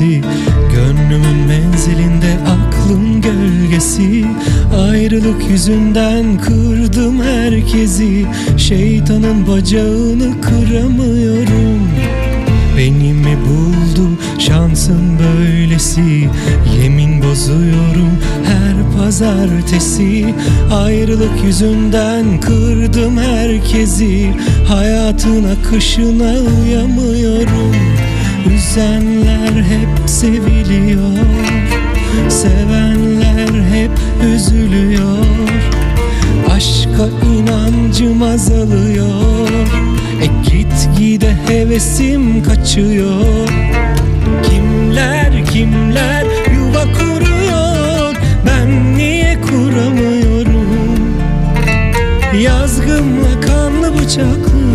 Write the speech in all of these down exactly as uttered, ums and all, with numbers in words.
sesi, gönlümün menzilinde aklın gölgesi. Ayrılık yüzünden kırdım herkesi, şeytanın bacağını kıramıyorum. Beni mi buldu şansın böylesi, yemin bozuyorum her pazartesi. Ayrılık yüzünden kırdım herkesi, hayatın akışına uyamıyorum. Üzenler hep seviliyor, sevenler hep üzülüyor. Aşka inancım azalıyor, e gitgide hevesim kaçıyor. Kimler kimler yuva kuruyor, ben niye kuramıyorum? Yazgımla kanlı bıçaklı,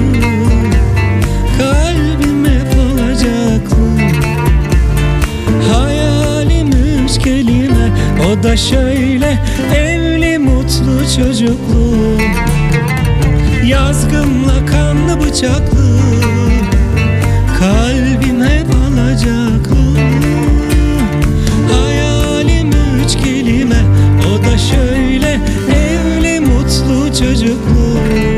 kalbim hep alacaklı. Hayalim üç kelime, o da şöyle: evli mutlu çocuklu. Yazgımla kanlı bıçaklı, kalbim hep alacaklı. Hayalim üç kelime, o da şöyle: evli mutlu çocuklu.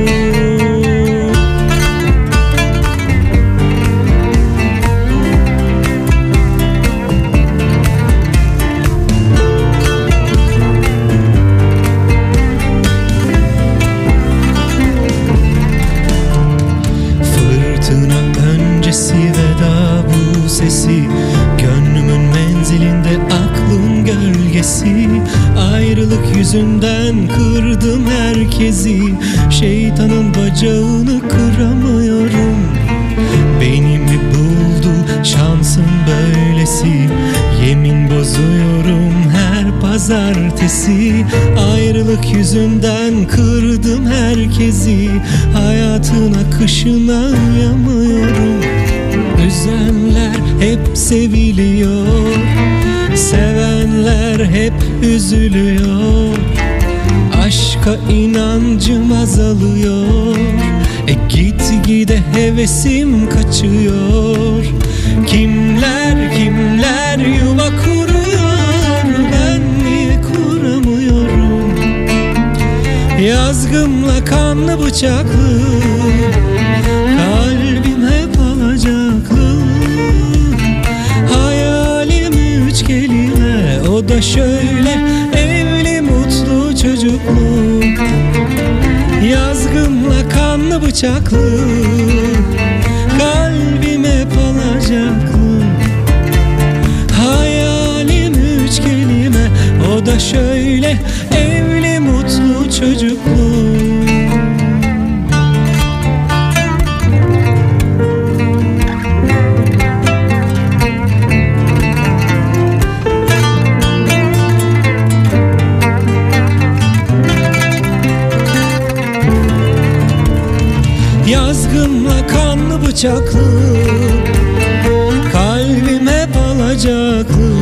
Veda bu sesi, gönlümün menzilinde aklın gölgesi. Ayrılık yüzünden kırdım herkesi, şeytanın bacağını kıramıyorum. Beni mi buldu şansın böylesi, yemin bozuyorum her pazartesi. Ayrılık yüzünden kırdım herkesi, hayatın akışına uyamıyorum. Üzenler hep seviliyor, sevenler hep üzülüyor. Aşka inancım azalıyor, e gitgide hevesim kaçıyor. Kimler kimler yuva kuruyor, ben niye kuramıyorum? Yazgımla kanlı bıçaklı, kalbim hep alacaklı. Hayalim üç kelime, o da şöyle: evli mutlu çocuklu. Yazgımla kanlı bıçaklı, kalbim hep alacaklı. Hayalim üç kelime, o da şöyle: evli mutlu çocuklu. Yazgımla kanlı bıçaklı, kalbim hep alacaklı.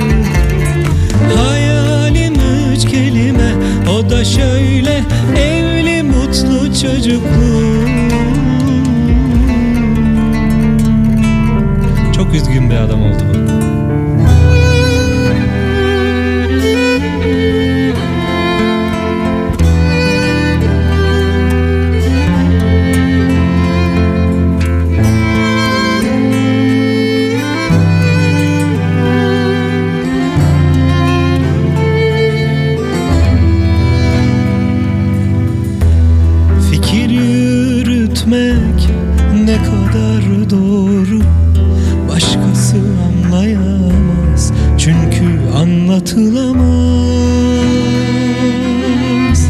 Hayalim üç kelime, o da şöyle: evli mutlu çocuklu. Çok üzgün bir adam oldu bu. Ne kadar doğru, başkası anlayamaz, çünkü anlatılamaz.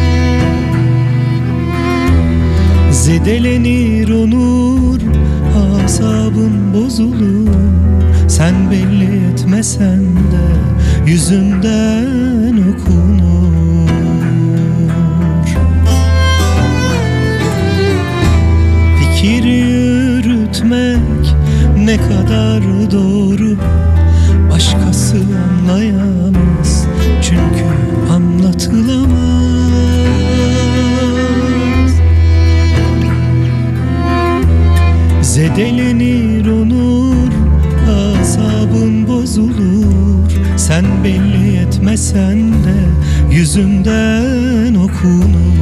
Zedelenir onur, asabın bozulur. Sen belli etmesen de yüzünden okunur. Fikir yürütmek ne kadar doğru, başkası anlayamaz, çünkü anlatılamaz. Zedelenir onur, asabın etmesen de yüzünden okunur.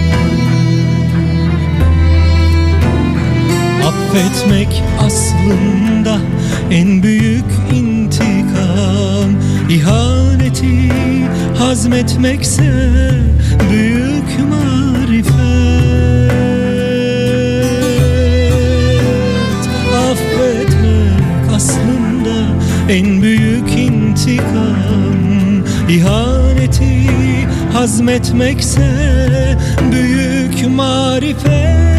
Affetmek aslında en büyük intikam, İhaneti hazmetmekse büyük marifet. Affetmek aslında en büyük intikam, İhaneti hazmetmekse büyük marifet.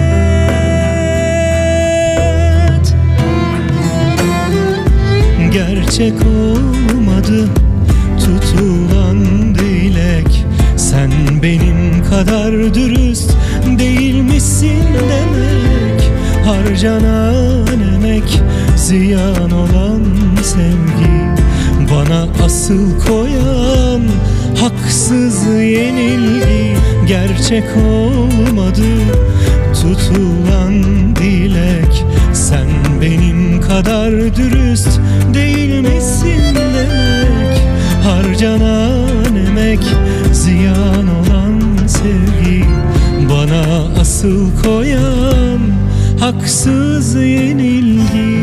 Gerçek olmadı tutulan dilek, sen benim kadar dürüst değilmişsin demek. Harcanan emek, ziyan olan sevgi, bana asıl koyan haksız yenilgi. Gerçek olmadı tutulan dilek, sen benim kadar dürüst değilmişsin demek. Harcanan emek, ziyan olan sevgi, bana asıl koyan haksız yenilgi.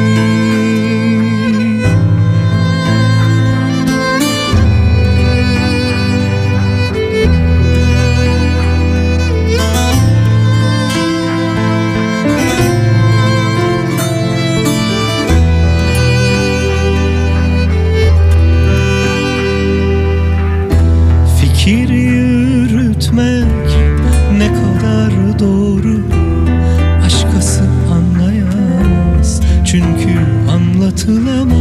Fikir yürütmek ne kadar doğru, başkası anlayamaz çünkü anlatılamaz.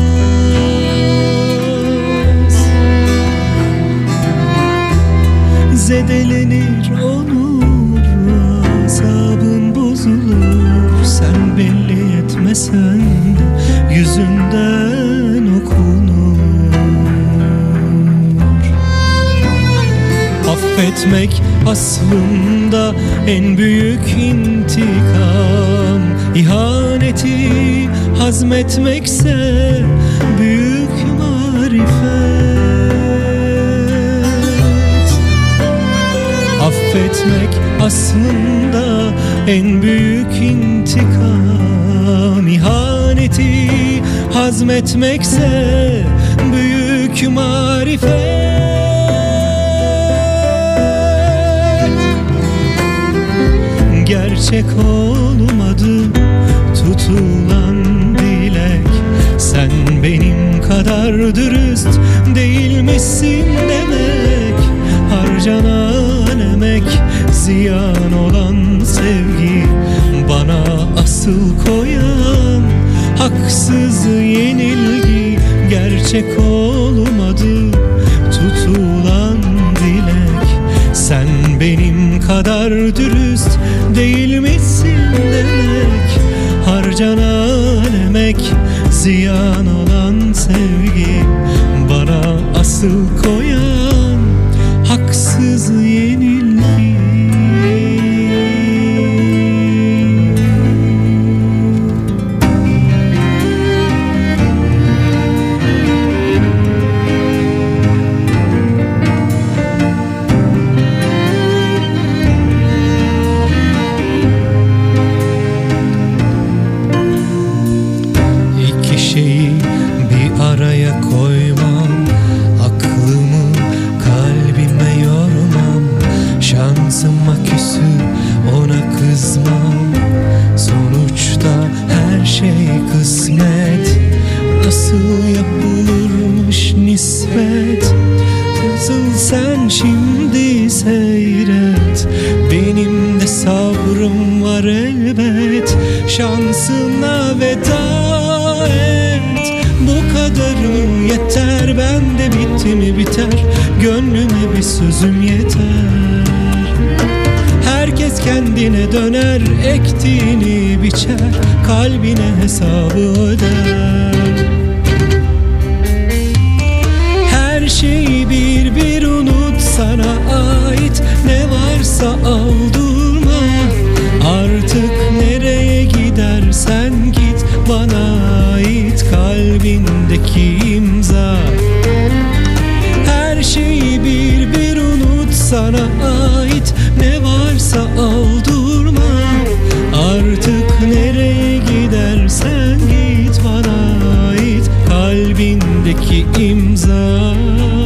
Zedelenir onur, asabın bozulur, sen belli etmesen de yüzünden okunur. Affetmek aslında en büyük intikam, İhaneti hazmetmekse büyük marifet. Affetmek aslında en büyük intikam, İhaneti hazmetmekse büyük marifet. Gerçek olmadı tutulan dilek, sen benim kadar dürüst değilmişsin demek. Harcanan emek, ziyan olan sevgi, bana asıl koyan haksız yenilgi. Gerçek olmadı tutulan dilek, sen benim kadar dürüst değilmişsin demek. Harcanan emek, ziyan olan sevgi, bana asıl koyan haksız yenilgi. Araya koymam, aklımı kalbime yormam, şansıma küsüp ona kızmam. Sonuçta her şey kısmet, nasıl yapılırmış nispet. Nasıl sen şimdi seyret, benim de sabrım var elbet. Şansına veda et, bu kadarı yeter. Ben de bitti mi biter, gönlüme bir sözüm yeter. Herkes kendine döner, ektiğini biçer, kalbine hesabı öder. Her şeyi bir bir unut, sana ait ne varsa aldırma. Artık nereye gidersen git, bana ait kalbindeki imza. sana ait, ne varsa aldırma. Artık nereye gidersen git, bana ait kalbindeki imza.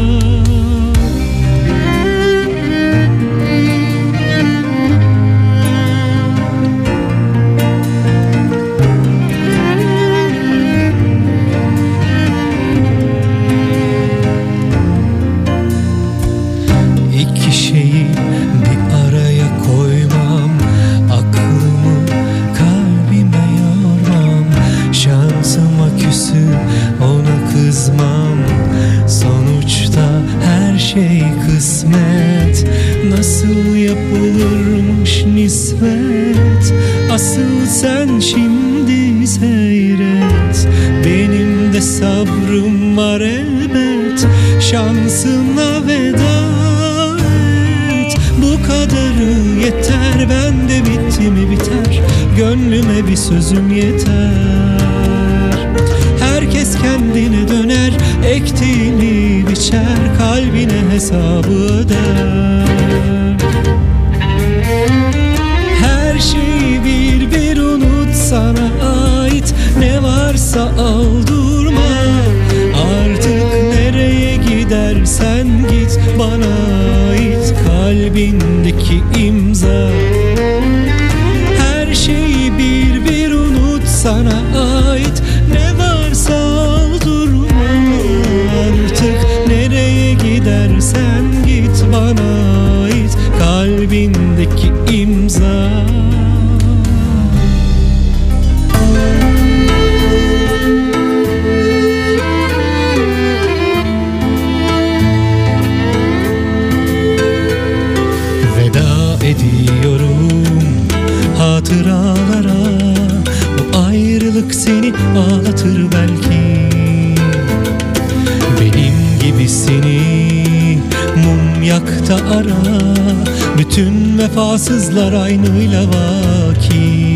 İki şeyi bir araya koymam, aklımı kalbime yormam. Şansıma küsüp ona kızmam, sonuçta her şey kısmet. Nasıl yapılırmış nispet, asıl sen şimdi seyret. Benim de sabrım var elbet, şansına veda et. Bu kadarı yeter, ben de bitti mi biter, gönlüme bir sözüm yeter. Herkes kendine döner, ektiğini biçer, kalbine hesabı öder. Her şeyi bir bir unut, sana ait ne varsa aldırma. Artık nereye gidersen git, bana ait kalbindeki imza. Her şeyi bir bir unut, sana ait ne varsa aldırma. Artık nereye gidersen git, bana ait kalbindeki imza. Veda ediyorum hatıralara, bu ayrılık seni ağlatır belki. Benim gibisini mum yak da ara, bütün vefasızlar aynıyla vaki.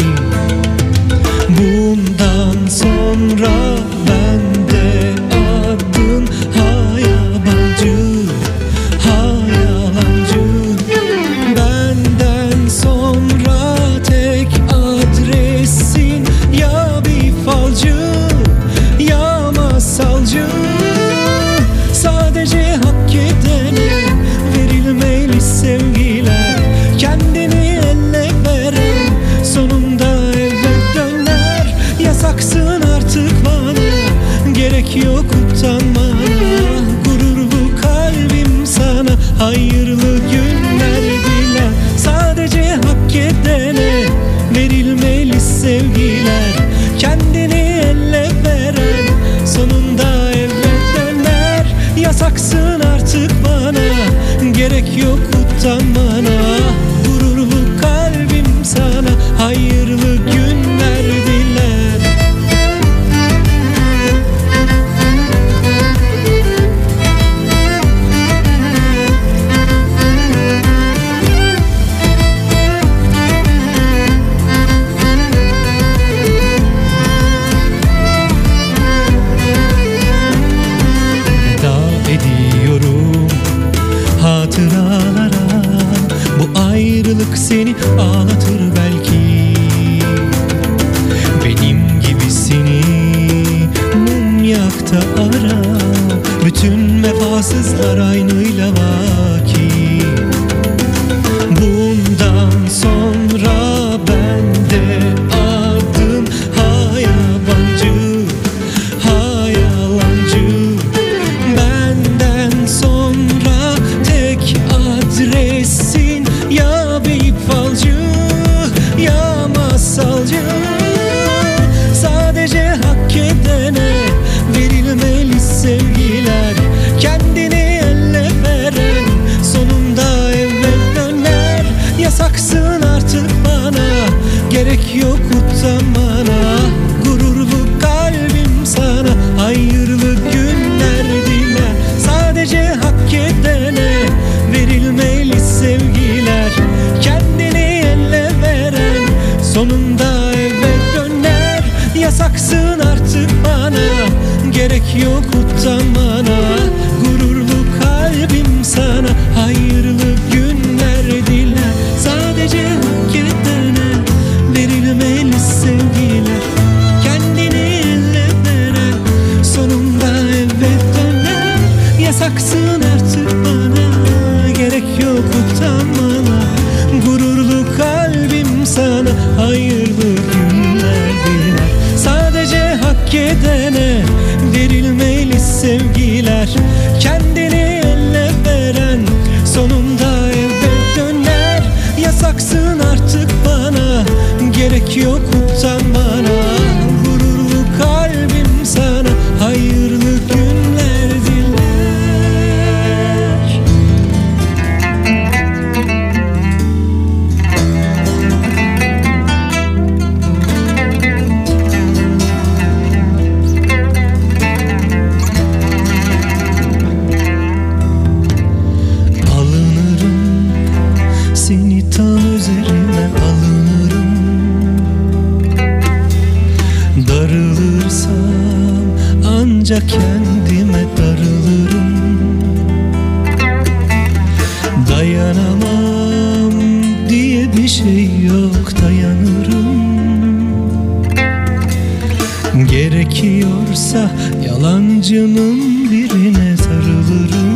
Bundan sonra bende adın ha yabancı, ha yalancı. Benden sonra tek adresin ya bir falcı ya masalcı. Sadece hak edene verilmeli sevgiler, kendini elle veren sonunda eve döner. Yasaksın artık bana, gerek yok utanmana. Gururlu kalbim sana hayırlı günler diler. Sadece hak edene verilmeli sevgiler, kendini elle veren sonunda eve döner. Yasaksın artık bana, gerek yok utanmana. Gururlu kalbim sana hayırlı günler diler. Ediyorum hatıralara, bu ayrılık seni ağlatır belki. Benim gibisini mum yak da ara, bütün vefasızlar aynıyla vaki. Bundan sonra bende adım ha yabancı, ha yalancı. Benden sonra tek adresin ya bir falcı ya masalcı. Sadece hak edene verilmeli sevgiler, kendini elle veren sonunda eve döner. Yasaksın artık bana, gerek yok utanmana. Gururlu kalbim sana hayırlı günler diler. Sadece hak edene verilmeli sevgiler, kendini elle veren sonunda eve döner. Yasaksın artık bana, gerek yok utanmana. Gururlu kalbim sana hayırlı gün hukuktan bana. Gururlu kalbim sana hayırlı günler diler. Sadece hak edene verilmeli sevgiler. Kendini elle veren sonunda eve döner. Yasaksın artık bana, gerek yok hukuktan bana. Gururlu kalbim sana hayırlı günler diler. Seni tam üzerime alınırım. Darılırsam ancak kendime darılırım. Dayanamam diye bir şey yok, dayanırım. Gerekiyorsa yalancının birine sarılırım.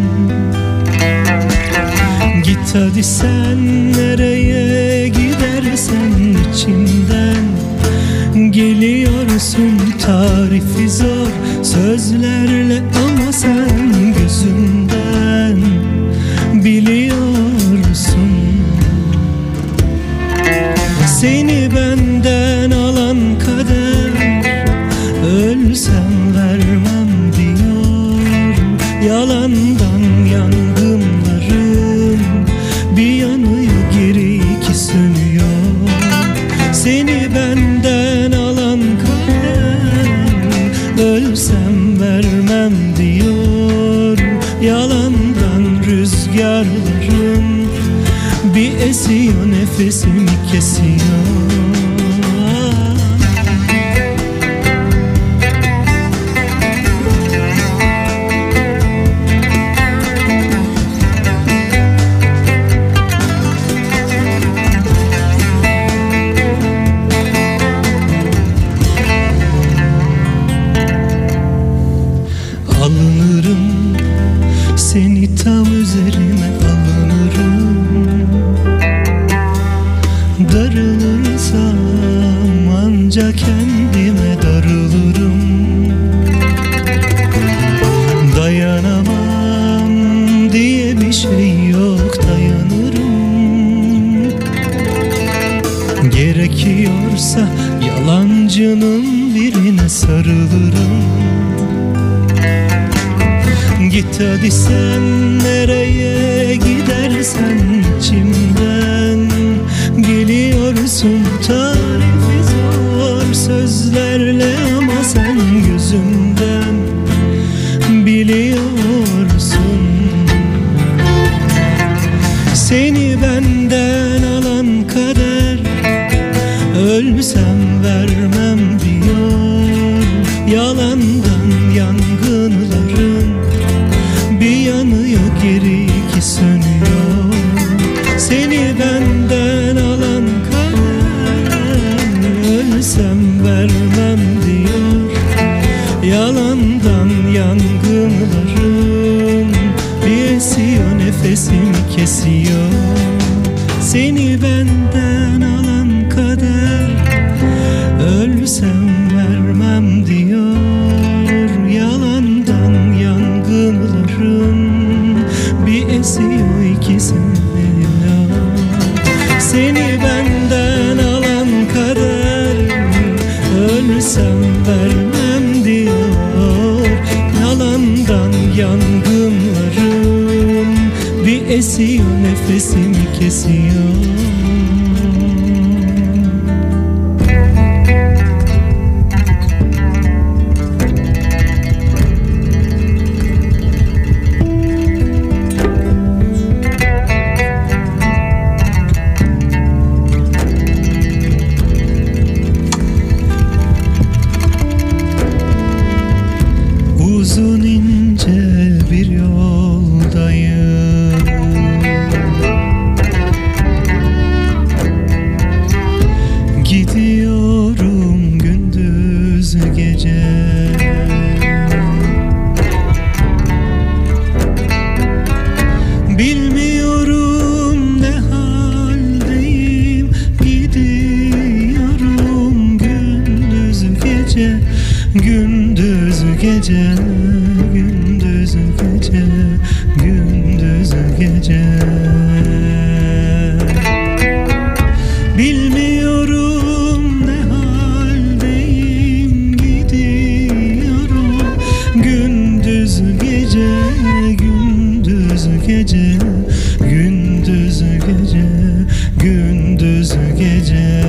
Git hadi sen nereye gidersen içimden. Geliyorsun tarifi zor sözlerle ama sen gözümden biliyorsun. Seni benden alan kader, ölsem vermem diyor. Yalandan yangınlarım bir yanıyor, geri iki sönüyor. Seni benden alan kader, ölsem vermem diyor. Yalandan rüzgarlarım bir esiyor, nefesimi kesiyor. Alınırım, seni tam üzerime alınırım. Darılırsam ancak kendime darılırım. Dayanamam diye bir şey yok, dayanırım. Gerekiyorsa yalancının birine sarılırım. Git hadi sen nereye gidersen içimden. Geliyorsun tarifi zor sözlerle ama sen gözümden biliyorsun. Seni benden alan kader, ölsem vermem diyor. Yalandan yangınların bir yanıyor, geri iki sönüyor. Seni benden alan kader, ölsem vermem diyor. Yalandan yangınların bir esiyor, nefesimi kesiyor. Seni benden alan kader, ölsem vermem diyor. Yalandan yangınların bir esiyor, iki sönüyor. Seni benden alan kader, ölsem vermem diyor. Yalandan yangınların bir esiyor, nefesimi kesiyor. Uzun ince bir yoldayım. Gidiyorum gündüz gece. Bilmiyorum gece, gündüz gece, gündüz gece.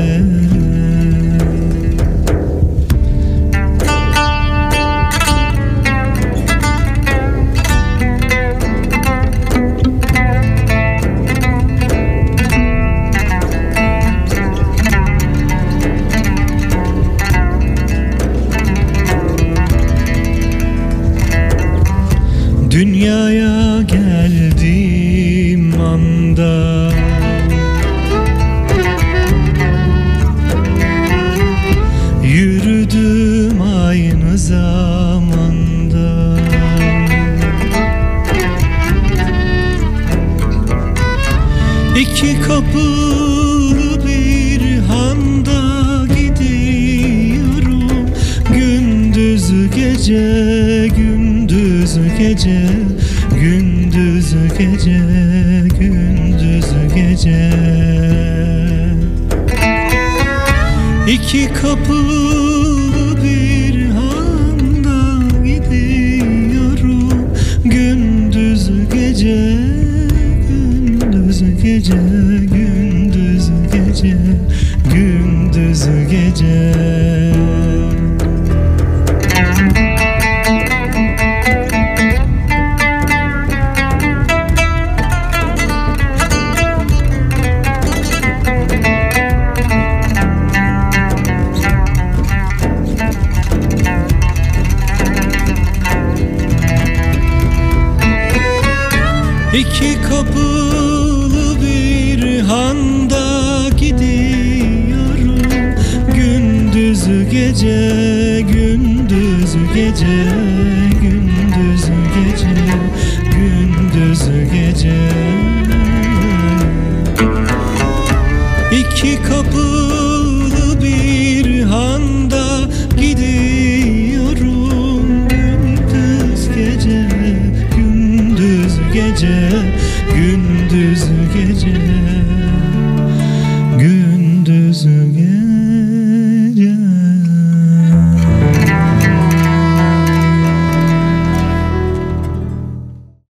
Dünyaya geldiğim anda yürüdüm aynı zamanda. İki kapılı bir handa gidiyorum, gündüz gece, gündüz gece, gündüz gece, gündüz gece. İki kapılı bir handa gidiyorum, gündüz gece, gündüz gece, gündüz gece, gündüz gece. İki kapılı bir handa gidiyorum, gündüz gece, gündüz gece, gündüz gece, gündüz gece. İki kapılı bir handa gidiyorum, gündüz gece, gündüz gece, gündüz gece.